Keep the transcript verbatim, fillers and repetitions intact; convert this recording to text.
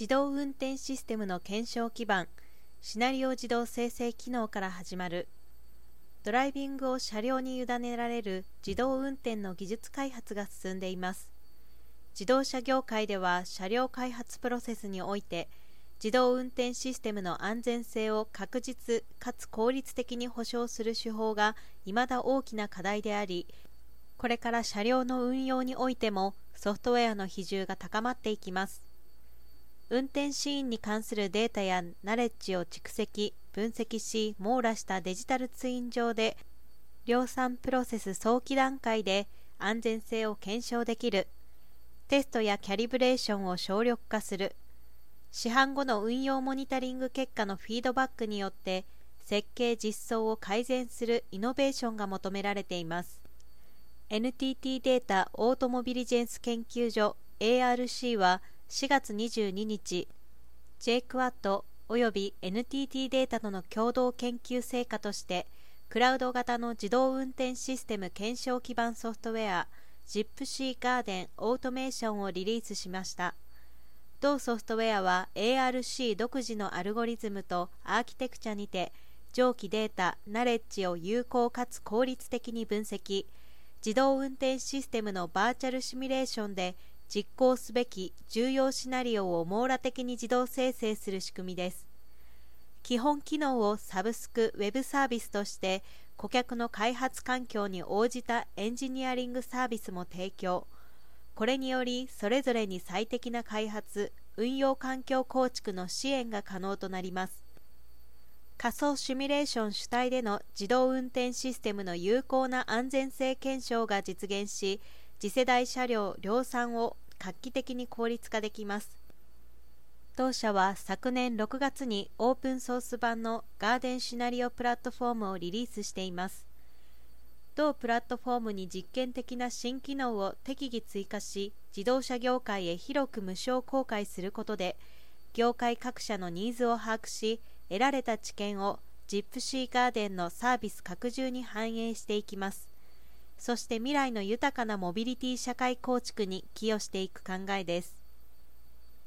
自動運転システムの検証基盤、シナリオ自動生成機能から始まる。ドライビングを車両に委ねられる自動運転の技術開発が進んでいます。自動車業界では車両開発プロセスにおいて、自動運転システムの安全性を確実かつ効率的に保証する手法が未だ大きな課題であり、これから車両の運用においてもソフトウェアの比重が高まっていきます。運転シーンに関するデータやナレッジを蓄積、分析し、網羅したデジタルツイン上で、量産プロセス早期段階で安全性を検証できる。テストやキャリブレーションを省力化する。市販後の運用モニタリング結果のフィードバックによって、設計実装を改善するイノベーションが求められています。エヌティーティー データオートモビリジェンス研究所 エーアールシー はしがつにじゅうににち、ジェイクワッド および エヌティーティー データとの共同研究成果として、クラウド型の自動運転システム検証基盤ソフトウェア ジップシー ガーデンオートメーションをリリースしました。同ソフトウェアは エーアールシー 独自のアルゴリズムとアーキテクチャにて、上記データ、ナレッジを有効かつ効率的に分析、自動運転システムのバーチャルシミュレーションで実行すべき重要シナリオを網羅的に自動生成する仕組みです。基本機能をサブスク・ウェブサービスとして、顧客の開発環境に応じたエンジニアリングサービスも提供。これにより、それぞれに最適な開発、運用環境構築の支援が可能となります。仮想シミュレーション主体での自動運転システムの有効な安全性検証が実現し、次世代車両量産を画期的に効率化できます。同社は昨年ろくがつにオープンソース版のガーデンシナリオプラットフォームをリリースしています。同プラットフォームに実験的な新機能を適宜追加し、自動車業界へ広く無償公開することで、業界各社のニーズを把握し、得られた知見を ジップシー ガーデンのサービス拡充に反映していきます。そして未来の豊かなモビリティ社会構築に寄与していく考えです。